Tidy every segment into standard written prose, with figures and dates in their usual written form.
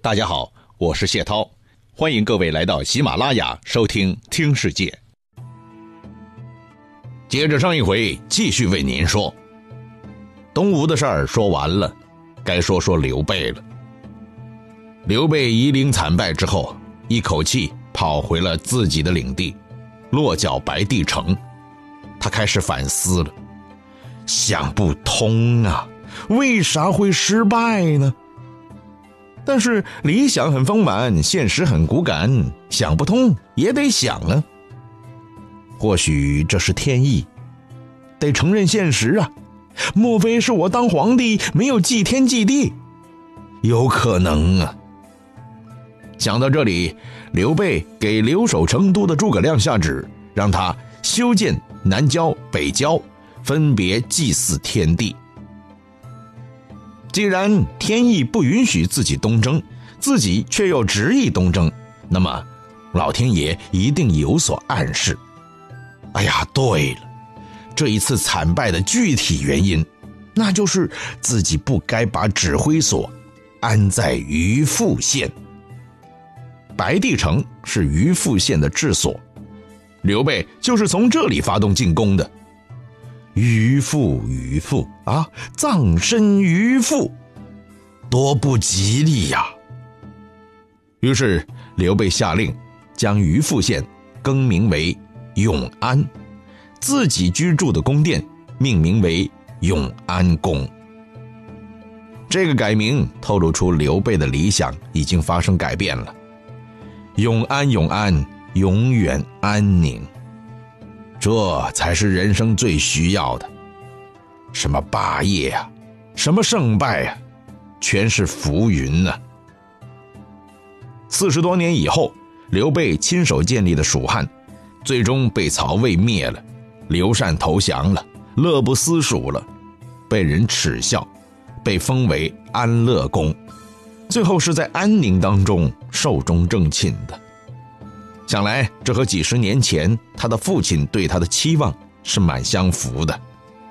大家好，我是谢涛，欢迎各位来到喜马拉雅收听听世界。接着上一回继续为您说，东吴的事儿说完了，该说说刘备了。刘备夷陵惨败之后，一口气跑回了自己的领地，落脚白帝城。他开始反思了，想不通啊，为啥会失败呢？但是理想很丰满，现实很骨感，想不通也得想啊。或许这是天意，得承认现实啊。莫非是我当皇帝没有祭天祭地？有可能啊。想到这里，刘备给留守成都的诸葛亮下旨，让他修建南郊、北郊，分别祭祀天地。既然天意不允许自己东征，自己却又执意东征，那么老天爷一定有所暗示。哎呀，对了，这一次惨败的具体原因，那就是自己不该把指挥所安在鱼阜县。白帝城是鱼阜县的治所，刘备就是从这里发动进攻的。鱼阜啊，葬身鱼阜，多不吉利呀！于是刘备下令将鱼阜县更名为永安，自己居住的宫殿命名为永安宫。这个改名透露出刘备的理想已经发生改变了。永安，永远安宁，这才是人生最需要的。什么霸业啊，什么胜败啊，全是浮云啊。40多年以后，刘备亲手建立的蜀汉，最终被曹魏灭了，刘禅投降了，乐不思蜀了，被人耻笑，被封为安乐公，最后是在安宁当中寿终正寝的。想来这和几十年前他的父亲对他的期望是蛮相符的。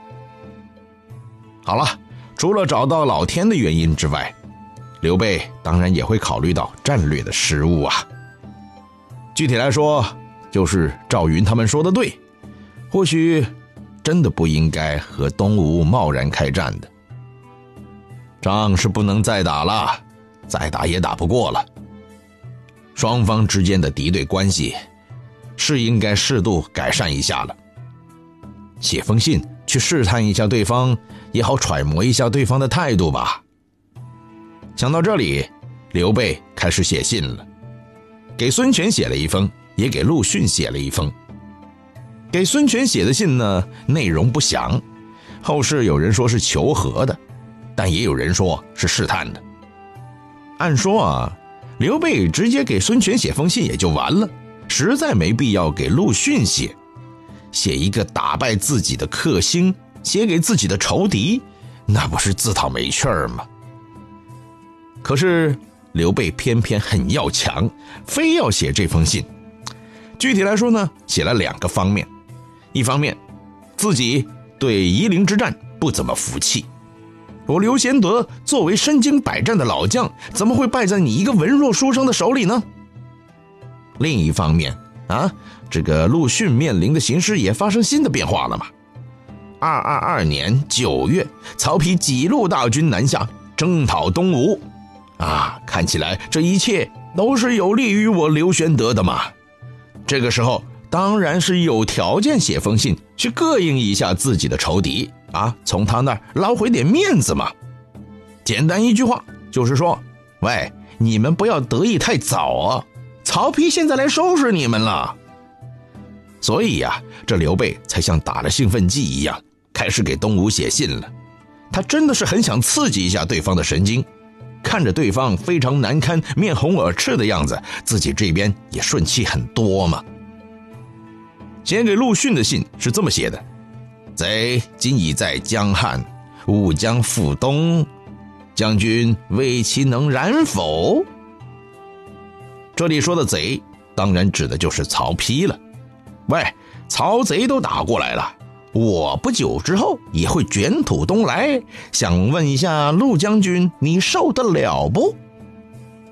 好了，除了找到老天的原因之外，刘备当然也会考虑到战略的失误啊。具体来说，就是赵云他们说的对，或许真的不应该和东吴贸然开战的。仗是不能再打了，再打也打不过了。双方之间的敌对关系是应该适度改善一下了。写封信去试探一下对方，也好揣摩一下对方的态度吧。想到这里，刘备开始写信了，给孙权写了一封，也给陆逊写了一封。给孙权写的信呢，内容不详，后世有人说是求和的，但也有人说是试探的。按说啊，刘备直接给孙权写封信也就完了，实在没必要给陆逊写一个打败自己的克星，写给自己的仇敌，那不是自讨没趣吗？可是刘备偏偏很要强，非要写这封信。具体来说呢，写了2个方面。一方面，自己对夷陵之战不怎么服气，我刘贤德作为身经百战的老将，怎么会败在你一个文弱书生的手里呢？另一方面啊，这个陆逊面临的形势也发生新的变化了嘛。222年9月，曹丕几路大军南下，征讨东吴啊，看起来这一切都是有利于我刘玄德的嘛。这个时候当然是有条件写封信去膈应一下自己的仇敌啊，从他那儿捞回点面子嘛。简单一句话就是说，喂，你们不要得意太早啊，曹丕现在来收拾你们了。所以呀，这刘备才像打了兴奋剂一样，开始给东吴写信了。他真的是很想刺激一下对方的神经，看着对方非常难堪，面红耳赤的样子，自己这边也顺气很多嘛。写给陆逊的信是这么写的：贼今已在江汉，吾将赴东，将军谓其能然否？这里说的贼当然指的就是曹丕了。喂，曹贼都打过来了，我不久之后也会卷土东来，想问一下陆将军，你受得了不？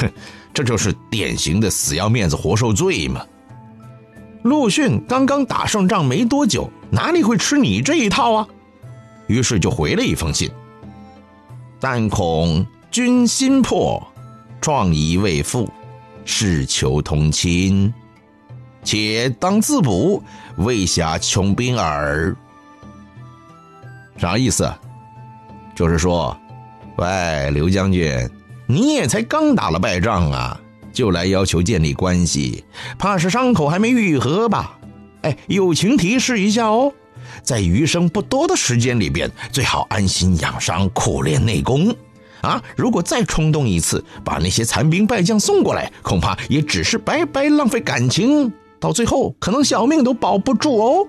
这就是典型的死要面子活受罪嘛。陆逊刚刚打胜仗没多久，哪里会吃你这一套啊？于是就回了一封信：但恐君心破，创意未复，事求同亲，且当自补，未暇穷兵耳。啥意思？就是说，喂，刘将军，你也才刚打了败仗啊，就来要求建立关系，怕是伤口还没愈合吧？友情提示一下哦，在余生不多的时间里边，最好安心养伤，苦练内功啊！如果再冲动一次，把那些残兵败将送过来，恐怕也只是白白浪费感情，到最后可能小命都保不住哦。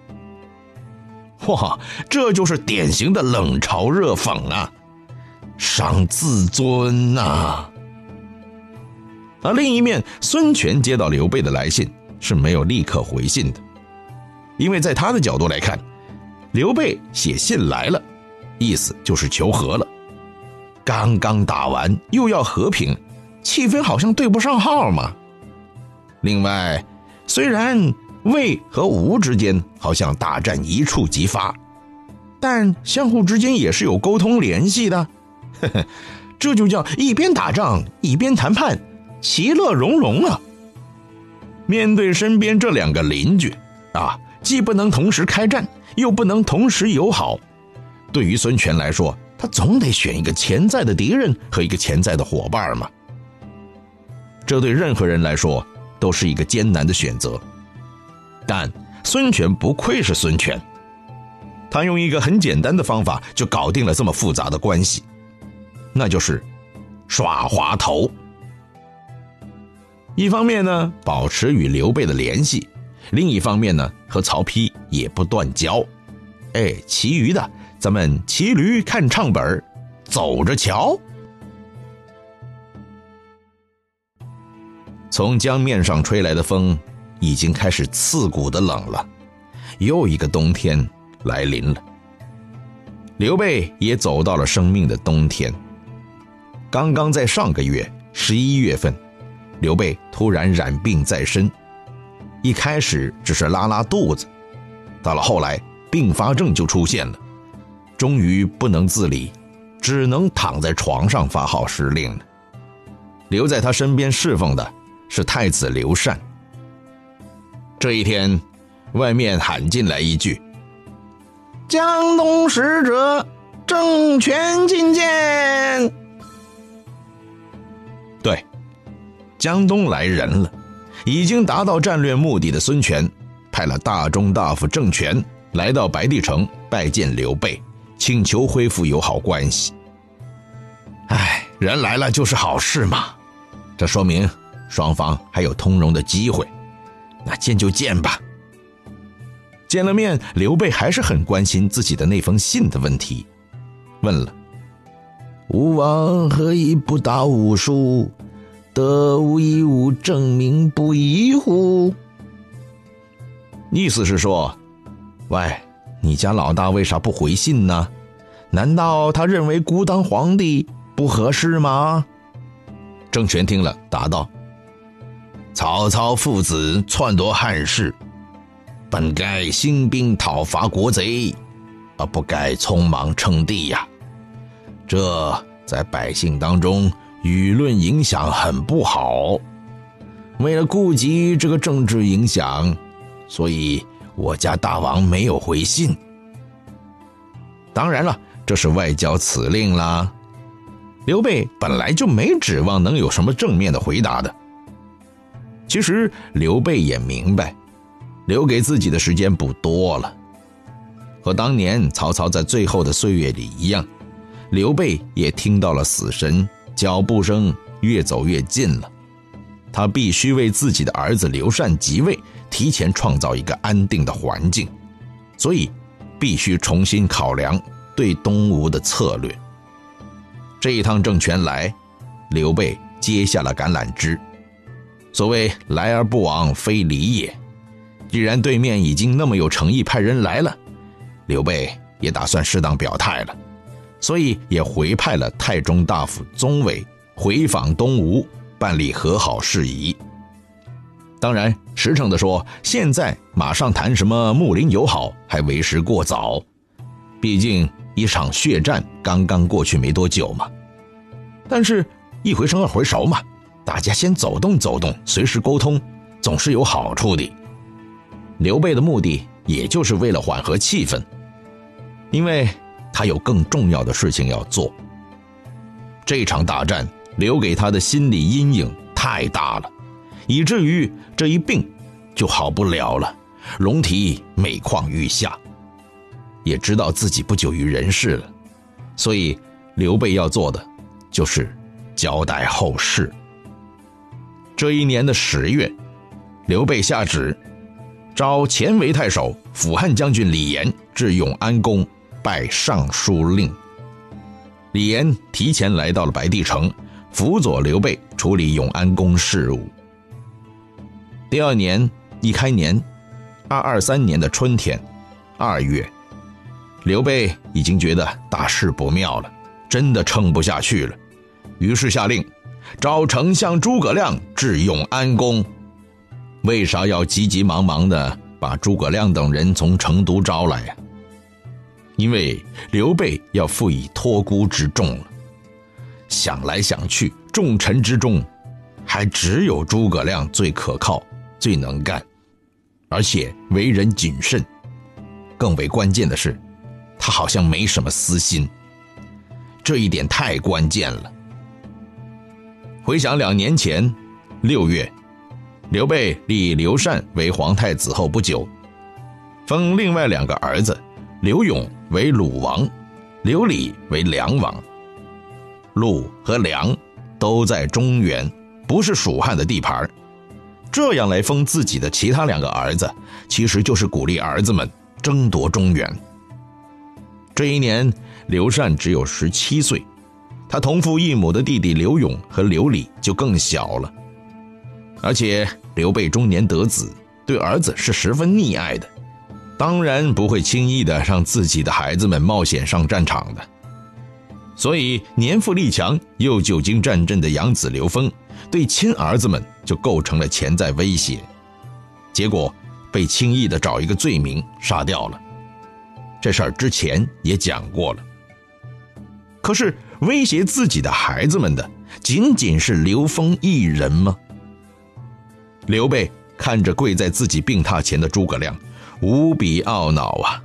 哇，这就是典型的冷嘲热讽啊，伤自尊啊！而另一面，孙权接到刘备的来信是没有立刻回信的，因为在他的角度来看，刘备写信来了，意思就是求和了。刚刚打完又要和平，气氛好像对不上号嘛。另外，虽然魏和吴之间好像大战一触即发，但相互之间也是有沟通联系的。这就叫一边打仗一边谈判，其乐融融啊。面对身边这两个邻居啊，既不能同时开战，又不能同时友好，对于孙权来说，他总得选一个潜在的敌人和一个潜在的伙伴嘛。这对任何人来说都是一个艰难的选择，但孙权不愧是孙权，他用一个很简单的方法就搞定了这么复杂的关系，那就是耍滑头。一方面呢，保持与刘备的联系，另一方面呢，和曹丕也不断交。其余的咱们骑驴看唱本，走着瞧。从江面上吹来的风已经开始刺骨的冷了，又一个冬天来临了。刘备也走到了生命的冬天。刚刚在上个月11月份，刘备突然染病在身，一开始只是拉拉肚子，到了后来并发症就出现了，终于不能自理，只能躺在床上发号施令了。留在他身边侍奉的是太子刘禅。这一天，外面喊进来一句：江东使者，郑权觐见。对，江东来人了。已经达到战略目的的孙权派了大中大夫郑权来到白帝城拜见刘备，请求恢复友好关系。人来了就是好事嘛，这说明双方还有通融的机会，那见就见吧。见了面，刘备还是很关心自己的那封信的问题，问了：吴王何以不达武书，得无一物证明不疑乎？意思是说，喂，你家老大为啥不回信呢？难道他认为孤当皇帝不合适吗？郑权听了答道：曹操父子篡夺汉室，本该兴兵讨伐国贼，而不该匆忙称帝呀。这在百姓当中舆论影响很不好，为了顾及这个政治影响，所以我家大王没有回信。当然了，这是外交辞令啦。刘备本来就没指望能有什么正面的回答的。其实刘备也明白，留给自己的时间不多了。和当年曹操在最后的岁月里一样，刘备也听到了死神，脚步声越走越近了。他必须为自己的儿子刘禅即位提前创造一个安定的环境，所以必须重新考量对东吴的策略。这一趟郑权来，刘备接下了橄榄枝。所谓来而不往非礼也，既然对面已经那么有诚意派人来了，刘备也打算适当表态了，所以也回派了太中大夫宗伟回访东吴， 办理和好事宜。当然，实诚地说，现在马上谈什么睦邻友好还为时过早，毕竟一场血战刚刚过去没多久嘛。但是一回生二回熟嘛，大家先走动走动，随时沟通，总是有好处的。刘备的目的也就是为了缓和气氛，因为他有更重要的事情要做。这场大战留给他的心理阴影太大了，以至于这一病就好不了了，龙体每况愈下，也知道自己不久于人世了，所以刘备要做的就是交代后事。这一年的10月，刘备下旨召前为太守、辅汉将军李严至永安宫拜尚书令。李严提前来到了白帝城，辅佐刘备处理永安宫事务。第二年一开年，223年的春天2月，刘备已经觉得大事不妙了，真的撑不下去了，于是下令召丞相诸葛亮至永安宫。为啥要急急忙忙的把诸葛亮等人从成都招来呀？因为刘备要负以托孤之重了。想来想去，众臣之中还只有诸葛亮最可靠、最能干，而且为人谨慎。更为关键的是，他好像没什么私心，这一点太关键了。回想2年前6月，刘备立刘禅为皇太子后不久，封另外2个儿子刘永为鲁王，刘礼为梁王。鲁和梁都在中原，不是蜀汉的地盘，这样来封自己的其他2个儿子，其实就是鼓励儿子们争夺中原。这一年刘禅只有17岁，他同父异母的弟弟刘永和刘礼就更小了。而且刘备中年得子，对儿子是十分溺爱的，当然不会轻易的让自己的孩子们冒险上战场的。所以年富力强又久经战阵的养子刘封，对亲儿子们就构成了潜在威胁，结果被轻易的找一个罪名杀掉了。这事儿之前也讲过了。可是威胁自己的孩子们的仅仅是刘封一人吗？刘备看着跪在自己病榻前的诸葛亮，无比懊恼啊。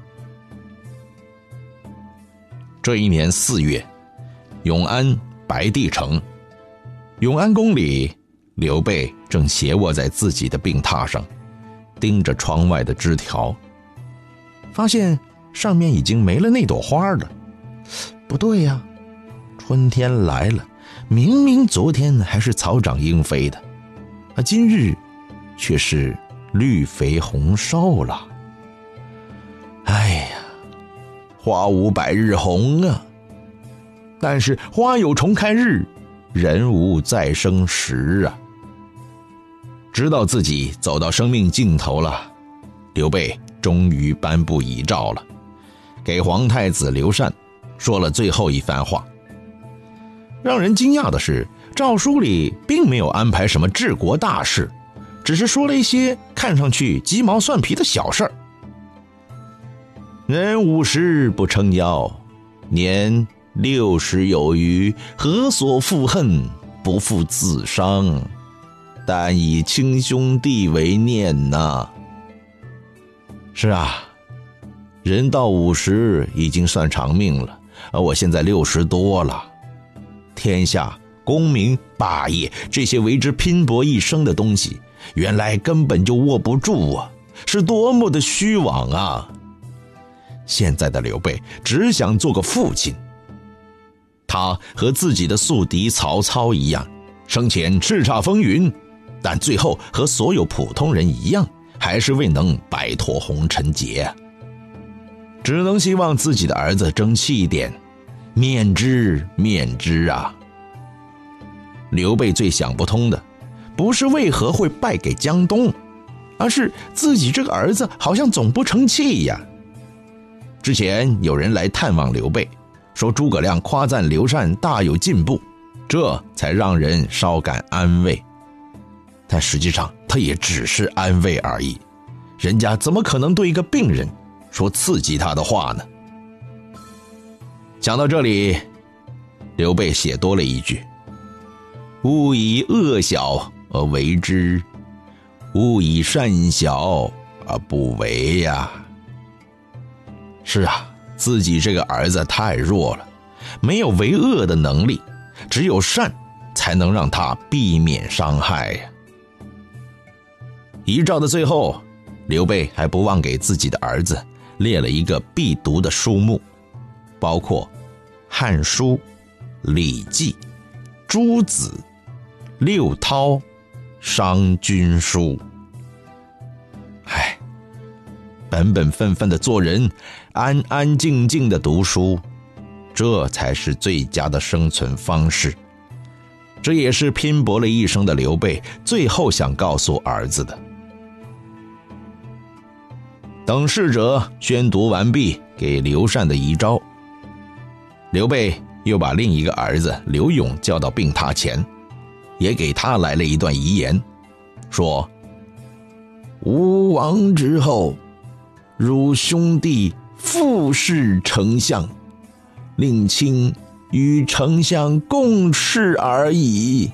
这一年4月，永安白帝城，永安宫里，刘备正斜卧在自己的病榻上，盯着窗外的枝条，发现上面已经没了那朵花了。不对呀，春天来了，明明昨天还是草长莺飞的，今日却是绿肥红瘦了。哎呀，花无百日红啊，但是花有重开日，人无再生时啊。知道自己走到生命尽头了，刘备终于颁布遗诏了，给皇太子刘禅说了最后一番话。让人惊讶的是，诏书里并没有安排什么治国大事，只是说了一些看上去鸡毛蒜皮的小事儿。人50不称妖，年60有余，何所负恨，不负自伤，但以亲兄弟为念呐。是啊，人到50已经算长命了，而我现在60多了。天下功名霸业这些为之拼搏一生的东西，原来根本就握不住啊，是多么的虚妄啊。现在的刘备只想做个父亲，他和自己的宿敌曹操一样，生前叱咤风云，但最后和所有普通人一样，还是未能摆脱红尘劫，只能希望自己的儿子争气一点，面之啊。刘备最想不通的不是为何会败给江东，而是自己这个儿子好像总不成器呀。之前有人来探望刘备，说诸葛亮夸赞刘禅大有进步， 这才让人稍感安慰。但实际上他也只是安慰而已，人家怎么可能对一个病人说刺激他的话呢？讲到这里，刘备写多了一句：勿以恶小而为之，勿以善小而不为呀。是啊，自己这个儿子太弱了，没有为恶的能力，只有善才能让他避免伤害呀。遗诏的最后，刘备还不忘给自己的儿子列了一个必读的书目，包括《汉书》、《礼记》、《诸子》、《六韬》、《商君书》。本本分分的做人，安安静静的读书，这才是最佳的生存方式。这也是拼搏了一生的刘备最后想告诉儿子的。等侍者宣读完毕给刘禅的遗诏，刘备又把另一个儿子刘永叫到病榻前，也给他来了一段遗言，说：吾亡之后，汝兄弟复视丞相，令卿与丞相共事而已。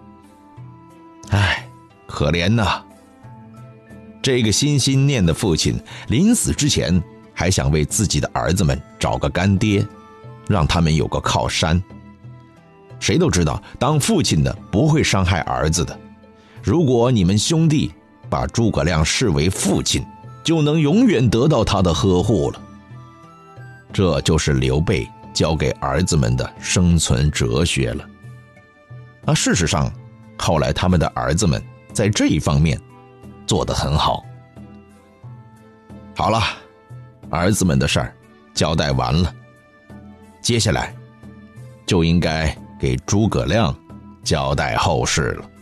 可怜呐！这个心心念的父亲临死之前还想为自己的儿子们找个干爹，让他们有个靠山。谁都知道当父亲的不会伤害儿子的，如果你们兄弟把诸葛亮视为父亲，就能永远得到他的呵护了。这就是刘备教给儿子们的生存哲学了。而事实上，后来他们的儿子们在这一方面做得很好。好了，儿子们的事儿交代完了，接下来就应该给诸葛亮交代后事了。